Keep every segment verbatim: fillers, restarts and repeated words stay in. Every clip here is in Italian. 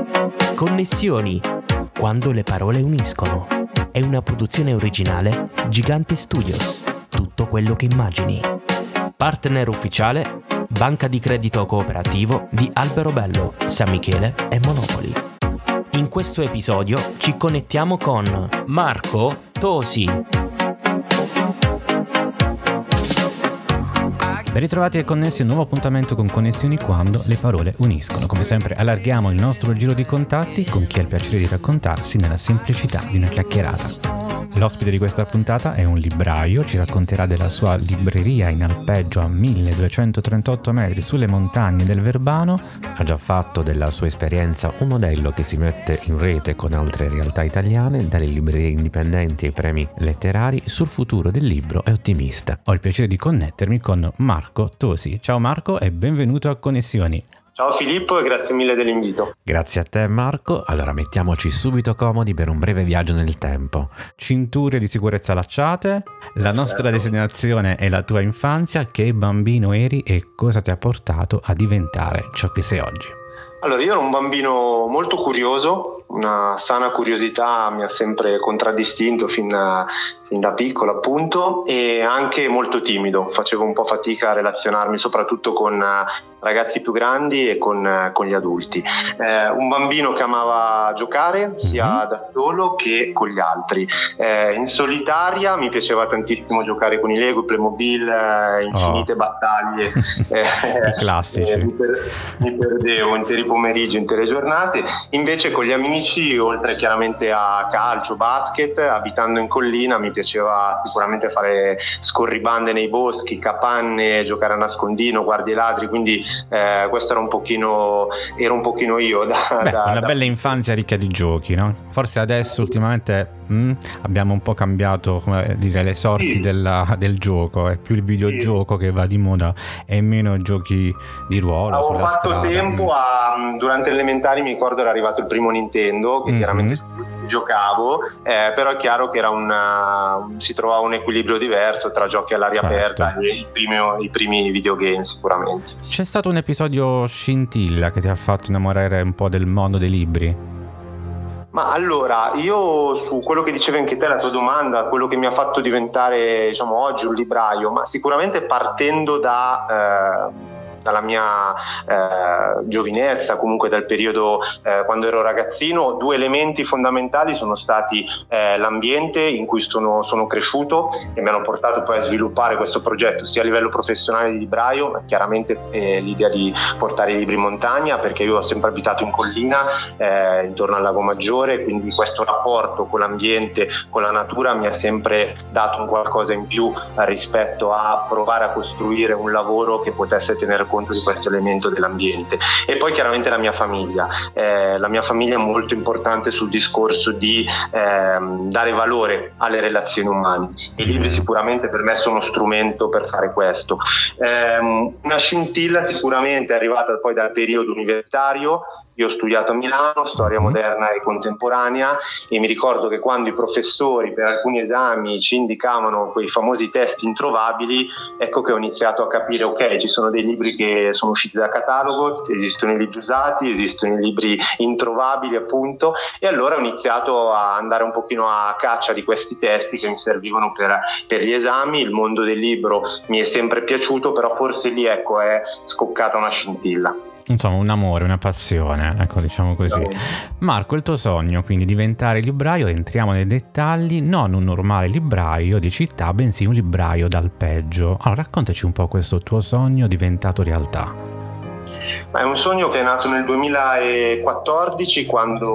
Connessioni, quando le parole uniscono. È una produzione originale Gigante Studios. Tutto quello che immagini. Partner ufficiale Banca di Credito Cooperativo di Alberobello, San Michele e Monopoli. In questo episodio ci connettiamo con Marco Tosi. Ben ritrovati e connessi a un nuovo appuntamento con Connessioni quando le parole uniscono. Come sempre allarghiamo il nostro giro di contatti con chi ha il piacere di raccontarsi nella semplicità di una chiacchierata. L'ospite di questa puntata è un libraio, ci racconterà della sua libreria in alpeggio a milleduecentotrentotto metri sulle montagne del Verbano. Ha già fatto della sua esperienza un modello che si mette in rete con altre realtà italiane, dalle librerie indipendenti ai premi letterari. Sul futuro del libro è ottimista. Ho il piacere di connettermi con Marco Tosi. Ciao Marco e benvenuto a Connessioni. Ciao Filippo e grazie mille dell'invito. Grazie a te Marco. Allora mettiamoci subito comodi per un breve viaggio nel tempo. Cinture di sicurezza allacciate, la nostra certo. Destinazione è la tua infanzia. Che bambino eri e cosa ti ha portato a diventare ciò che sei oggi? Allora, io ero un bambino molto curioso, una sana curiosità mi ha sempre contraddistinto fin da, fin da piccolo appunto, e anche molto timido, facevo un po' fatica a relazionarmi soprattutto con ragazzi più grandi e con, con gli adulti. Eh, un bambino che amava giocare sia da solo che con gli altri. Eh, in solitaria mi piaceva tantissimo giocare con i Lego, i Playmobil, eh, infinite oh. battaglie. Eh, classici. Eh, mi, per, mi perdevo interi pomeriggi, intere giornate. Invece con gli amici, oltre chiaramente a calcio, basket, abitando in collina mi piaceva sicuramente fare scorribande nei boschi, capanne, giocare a nascondino, guardie ladri, quindi eh, questo era un pochino ero un pochino io da, Beh, da, una da... bella infanzia ricca di giochi, no? Forse adesso ultimamente mh, abbiamo un po' cambiato, come dire, le sorti sì. della, del gioco, è più il videogioco sì. che va di moda e meno giochi di ruolo. Ho sulla fatto strada. tempo a durante le elementari mi ricordo era arrivato il primo Nintendo che mm-hmm. chiaramente giocavo, eh, però è chiaro che era una, si trovava un equilibrio diverso tra giochi all'aria certo. aperta e i primi, i primi videogame sicuramente. C'è stato un episodio scintilla che ti ha fatto innamorare un po' del mondo dei libri? Ma allora, io su quello che dicevi anche te, la tua domanda, quello che mi ha fatto diventare diciamo oggi un libraio, ma sicuramente partendo da... Eh, dalla mia eh, giovinezza, comunque dal periodo eh, quando ero ragazzino, due elementi fondamentali sono stati eh, l'ambiente in cui sono, sono cresciuto e mi hanno portato poi a sviluppare questo progetto sia a livello professionale di libraio, ma chiaramente eh, l'idea di portare i libri in montagna, perché io ho sempre abitato in collina eh, intorno al Lago Maggiore, quindi questo rapporto con l'ambiente, con la natura mi ha sempre dato un qualcosa in più rispetto a provare a costruire un lavoro che potesse tenere conto di questo elemento dell'ambiente. E poi chiaramente la mia famiglia eh, la mia famiglia è molto importante sul discorso di ehm, dare valore alle relazioni umane. I libri sicuramente per me sono uno strumento per fare questo. Ehm, una scintilla sicuramente è arrivata poi dal periodo universitario. Io ho studiato a Milano, storia moderna e contemporanea, e mi ricordo che quando i professori per alcuni esami ci indicavano quei famosi testi introvabili, ecco che ho iniziato a capire, ok, ci sono dei libri che sono usciti da catalogo, esistono i libri usati, esistono i libri introvabili appunto, e allora ho iniziato a andare un pochino a caccia di questi testi che mi servivano per, per gli esami. Il mondo del libro mi è sempre piaciuto, però forse lì ecco è scoccata una scintilla. Insomma, un amore, una passione, ecco, diciamo così. Marco, il tuo sogno, quindi diventare libraio, entriamo nei dettagli, non un normale libraio di città, bensì un libraio d'alpeggio. Allora, raccontaci un po' questo tuo sogno diventato realtà. Ma è un sogno che è nato nel duemilaquattordici, quando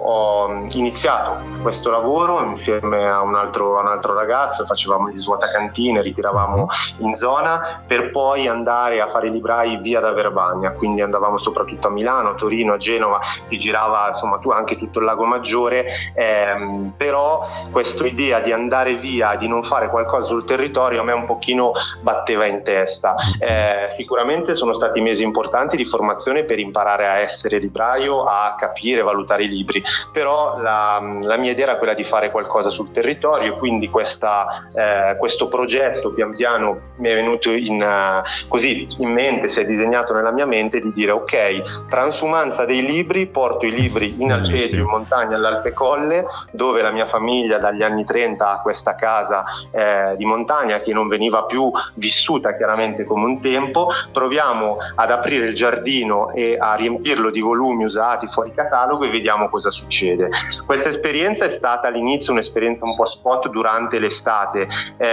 ho iniziato questo lavoro insieme a un altro, a un altro ragazzo. Facevamo gli svuotacantine, ritiravamo in zona per poi andare a fare i librai via da Verbania, quindi andavamo soprattutto a Milano, a Torino, a Genova, si girava insomma tu anche tutto il Lago Maggiore, ehm, però questa idea di andare via, di non fare qualcosa sul territorio a me un pochino batteva in testa. Eh, sicuramente sono stati mesi importanti di formazione formazione per imparare a essere libraio, a capire, valutare i libri, però la, la mia idea era quella di fare qualcosa sul territorio, quindi questa, eh, questo progetto pian piano mi è venuto in, uh, così in mente, si è disegnato nella mia mente di dire ok, transumanza dei libri, porto i libri in alpeggio, in montagna all'Alpe Colle, dove la mia famiglia dagli anni trenta ha questa casa eh, di montagna che non veniva più vissuta chiaramente come un tempo. Proviamo ad aprire il giardino e a riempirlo di volumi usati fuori catalogo e vediamo cosa succede. Questa esperienza è stata all'inizio un'esperienza un po' spot durante l'estate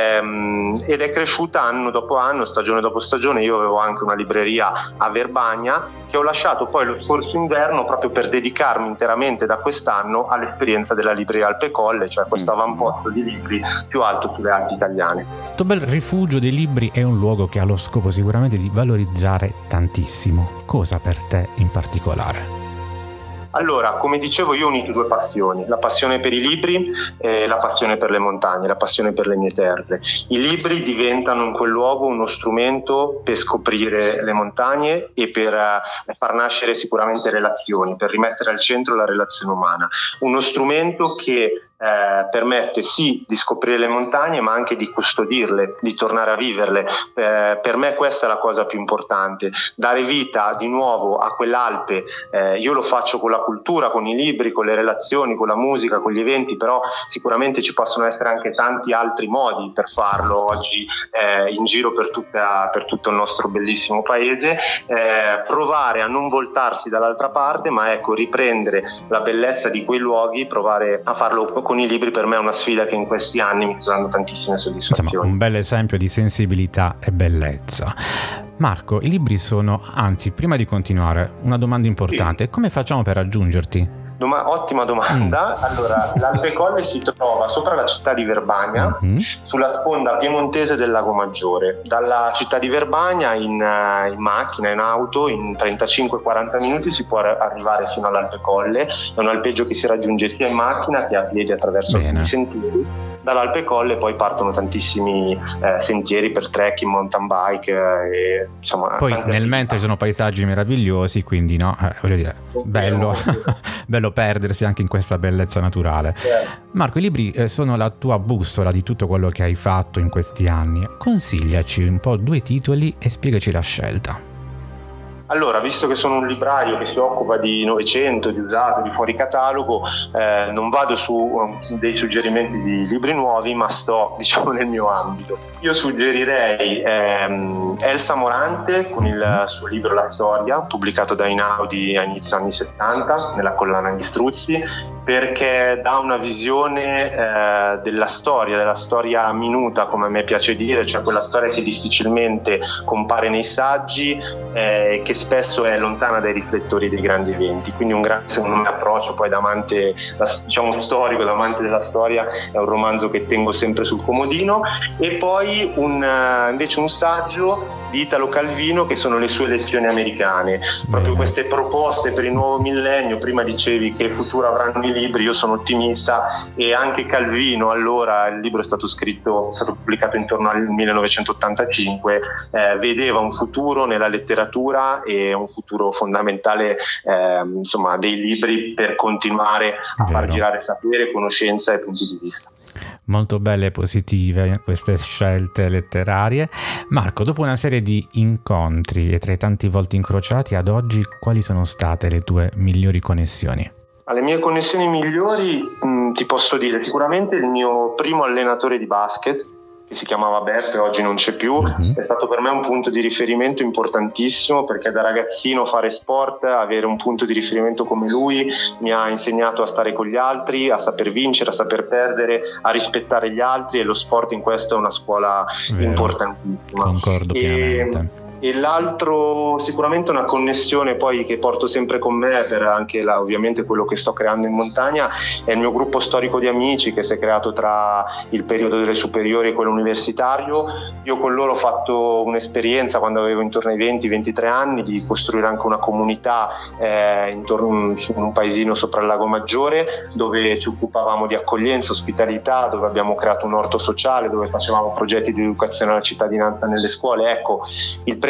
ehm, ed è cresciuta anno dopo anno, stagione dopo stagione. Io avevo anche una libreria a Verbagna che ho lasciato poi lo scorso inverno proprio per dedicarmi interamente da quest'anno all'esperienza della libreria Alpe Colle, cioè questo avamposto di libri più alto sulle Alpi italiane. Questo bel rifugio dei libri è un luogo che ha lo scopo sicuramente di valorizzare tantissimo. Cosa per te in particolare? Allora, come dicevo, io ho unito due passioni, la passione per i libri e la passione per le montagne, la passione per le mie terre. I libri diventano in quel luogo uno strumento per scoprire le montagne e per eh, far nascere sicuramente relazioni, per rimettere al centro la relazione umana. Uno strumento che Eh, permette sì di scoprire le montagne, ma anche di custodirle, di tornare a viverle. Eh, per me questa è la cosa più importante, dare vita di nuovo a quell'Alpe. Eh, io lo faccio con la cultura, con i libri, con le relazioni, con la musica, con gli eventi, però sicuramente ci possono essere anche tanti altri modi per farlo oggi eh, in giro per, tutta, per tutto il nostro bellissimo paese. Eh, provare a non voltarsi dall'altra parte, ma ecco, riprendere la bellezza di quei luoghi, provare a farlo con i libri. Per me è una sfida che in questi anni mi sta dando tantissime soddisfazioni. Insomma, un bel esempio di sensibilità e bellezza. Marco, i libri sono, anzi, prima di continuare, una domanda importante: sì. Come facciamo per raggiungerti? Doma- ottima domanda. Mm. Allora, l'Alpe Colle si trova sopra la città di Verbagna, mm-hmm. sulla sponda piemontese del Lago Maggiore. Dalla città di Verbagna in, uh, in macchina, in auto, in trentacinque quaranta minuti si può ar- arrivare fino all'Alpe Colle. È un alpeggio che si raggiunge sia in macchina che a piedi attraverso alcuni sentieri. Dall'Alpe Colle poi partono tantissimi eh, sentieri per trekking, mountain bike eh, e, insomma, poi nel attività. Mentre ci sono paesaggi meravigliosi, quindi no, eh, voglio dire, bello, bello perdersi anche in questa bellezza naturale. Yeah. Marco, i libri eh, sono la tua bussola di tutto quello che hai fatto in questi anni. Consigliaci un po' due titoli e spiegaci la scelta. Allora, visto che sono un libraio che si occupa di Novecento, di usato, di fuori catalogo, eh, non vado su um, dei suggerimenti di libri nuovi, ma sto, diciamo, nel mio ambito. Io suggerirei ehm, Elsa Morante con il suo libro La Storia, pubblicato da Einaudi a inizio anni settanta, nella collana Gli Struzzi, perché dà una visione eh, della storia, della storia minuta, come a me piace dire, cioè quella storia che difficilmente compare nei saggi e eh, che spesso è lontana dai riflettori dei grandi eventi. Quindi un grande, secondo me, approccio. Poi da amante, diciamo storico, da amante della storia, è un romanzo che tengo sempre sul comodino. E poi un, invece un saggio di Italo Calvino, che sono le sue lezioni americane. Proprio queste proposte per il nuovo millennio. Prima dicevi che futuro avranno i libri, io sono ottimista, e anche Calvino, allora il libro è stato scritto, è stato pubblicato intorno al millenovecentottantacinque, eh, vedeva un futuro nella letteratura e un futuro fondamentale eh, insomma dei libri per continuare a far girare sapere, conoscenza e punti di vista. Molto belle e positive queste scelte letterarie. Marco, dopo una serie di incontri e tra i tanti volti incrociati ad oggi, quali sono state le tue migliori connessioni? Alle mie connessioni migliori mh, ti posso dire sicuramente il mio primo allenatore di basket, che si chiamava Beppe, oggi non c'è più. Mm-hmm. È stato per me un punto di riferimento importantissimo, perché da ragazzino fare sport, avere un punto di riferimento come lui, mi ha insegnato a stare con gli altri, a saper vincere, a saper perdere, a rispettare gli altri, e lo sport in questo è una scuola Vero. importantissima. Concordo pienamente. E l'altro, sicuramente una connessione poi che porto sempre con me per anche la, ovviamente quello che sto creando in montagna, è il mio gruppo storico di amici che si è creato tra il periodo delle superiori e quello universitario. Io con loro ho fatto un'esperienza quando avevo intorno ai venti ventitré anni di costruire anche una comunità eh, intorno in un paesino sopra il Lago Maggiore, dove ci occupavamo di accoglienza, ospitalità, dove abbiamo creato un orto sociale, dove facevamo progetti di educazione alla cittadinanza nelle scuole. Ecco, il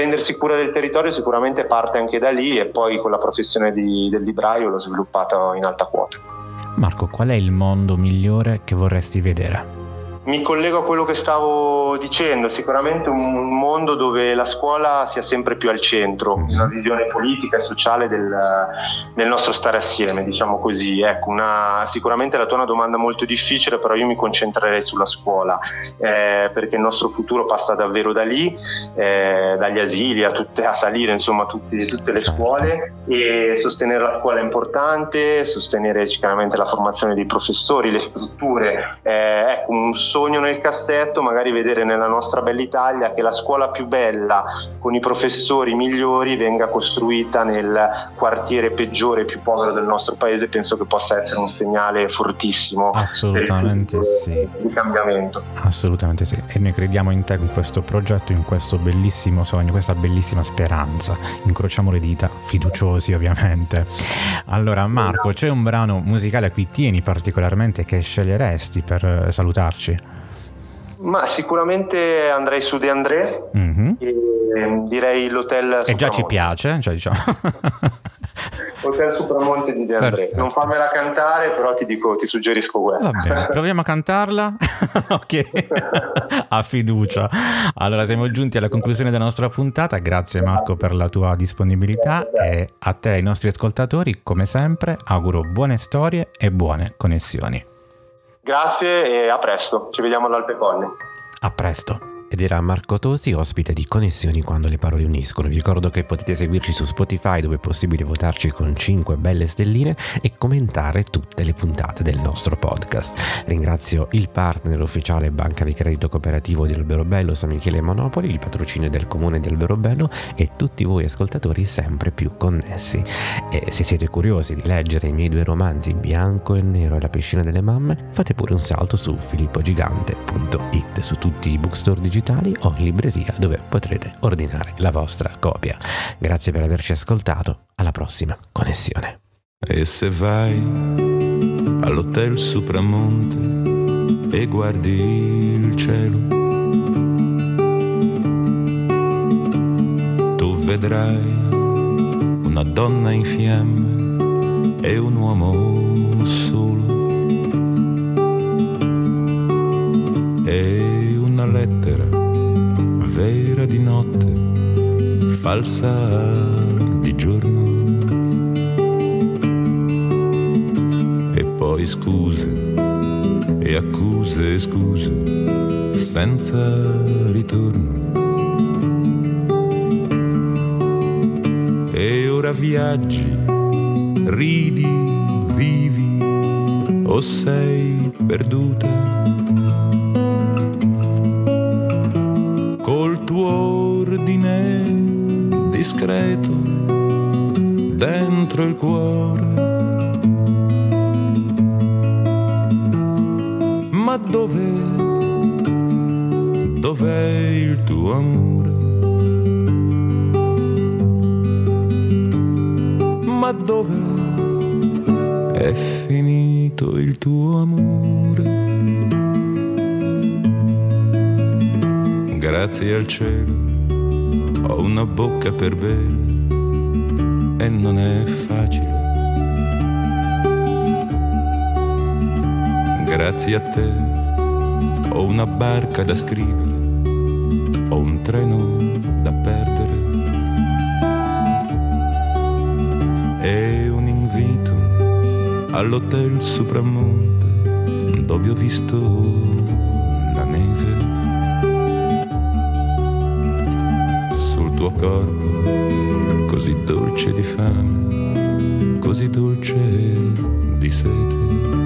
prendersi cura del territorio sicuramente parte anche da lì, e poi con la professione di, del libraio l'ho sviluppata in alta quota. Marco, qual è il mondo migliore che vorresti vedere? Mi collego a quello che stavo dicendo, sicuramente un mondo dove la scuola sia sempre più al centro, una visione politica e sociale del, del nostro stare assieme, diciamo così. Ecco, una, sicuramente la tua è una domanda molto difficile, però io mi concentrerei sulla scuola, eh, perché il nostro futuro passa davvero da lì, eh, dagli asili a, tutte, a salire, insomma, tutti, tutte le scuole, e sostenere la scuola è importante, sostenere sicuramente la formazione dei professori, le strutture, eh, ecco, un sogno nel cassetto, magari vedere nella nostra bella Italia che la scuola più bella con i professori migliori venga costruita nel quartiere peggiore e più povero del nostro paese. Penso che possa essere un segnale fortissimo, assolutamente sì, di cambiamento. Assolutamente sì, e noi crediamo in te, in questo progetto, in questo bellissimo sogno, questa bellissima speranza. Incrociamo le dita, fiduciosi ovviamente. Allora Marco, c'è un brano musicale a cui tieni particolarmente che sceglieresti per salutarci? Ma sicuramente andrei su De André, mm-hmm. e direi l'Hotel e già ci piace, cioè diciamo Hotel Supramonte di De André. Perfetto. Non farmela cantare, però ti dico, ti suggerisco quella. Va bene, proviamo a cantarla. Ok, a fiducia. Allora siamo giunti alla conclusione della nostra puntata. Grazie Marco per la tua disponibilità, e a te e ai nostri ascoltatori come sempre auguro buone storie e buone connessioni. Grazie e a presto, ci vediamo all'Alpecolle. A presto. Ed era Marco Tosi, ospite di Connessioni quando le parole uniscono. Vi ricordo che potete seguirci su Spotify, dove è possibile votarci con cinque belle stelline e commentare tutte le puntate del nostro podcast. Ringrazio il partner ufficiale Banca di Credito Cooperativo di Alberobello, San Michele Monopoli, il patrocinio del comune di Alberobello e tutti voi ascoltatori sempre più connessi. E se siete curiosi di leggere i miei due romanzi Bianco e Nero e La piscina delle mamme, fate pure un salto su filippogigante punto it, su tutti i bookstore digitali o in libreria, dove potrete ordinare la vostra copia. Grazie per averci ascoltato, alla prossima connessione. E se vai all'Hotel Supramonte e guardi il cielo, tu vedrai una donna in fiamme e un uomo solo, e una lettera vera di notte, falsa di giorno. E poi scuse e accuse e scuse senza ritorno. E ora viaggi, ridi, vivi, o sei perduta col tuo ordine discreto dentro il cuore. Ma dov'è, dov'è il tuo amore? Ma dov'è, è finito il tuo amore? Grazie al cielo ho una bocca per bere e non è facile. Grazie a te ho una barca da scrivere, ho un treno da perdere e un invito all'Hotel Supramonte, dove ho visto la neve sul tuo corpo, così dolce di fame, così dolce di sete.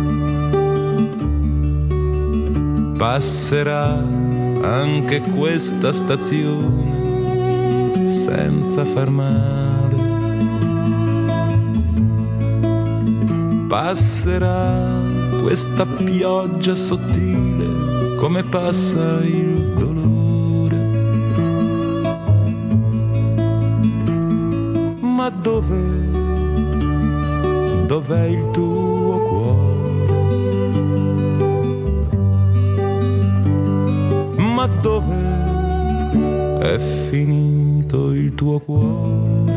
Passerà anche questa stazione senza far male. Passerà questa pioggia sottile come passa il dolore. Ma dov'è, dov'è il tuo cuore? Ma dov'è, è finito finito il tuo cuore.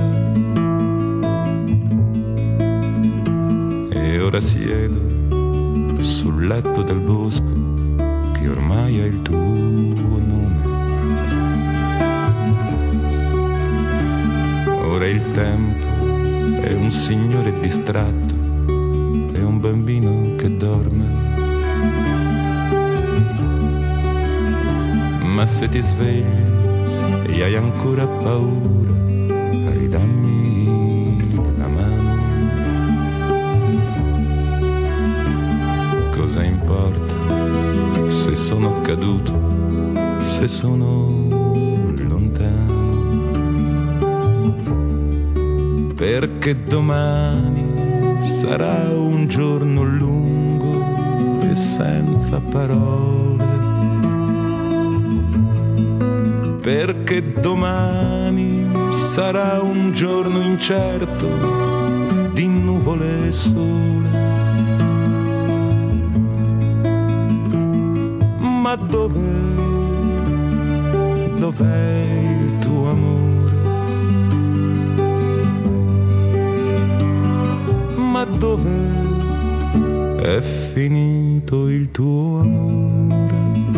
E ora siedo sul letto del bosco che ormai ha il tuo nome. Ora il tempo è un signore distratto, è un bambino che dorme. Ma se ti svegli e hai ancora paura, ridammi la mano. Cosa importa se sono caduto, se sono lontano? Perché domani sarà un giorno lungo e senza parole. Perché domani sarà un giorno incerto di nuvole e sole. Ma dov'è, dov'è il tuo amore? Ma dov'è, è finito il tuo amore?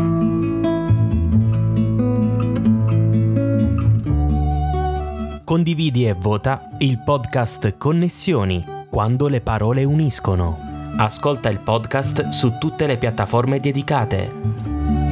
Condividi e vota il podcast Connessioni, quando le parole uniscono. Ascolta il podcast su tutte le piattaforme dedicate.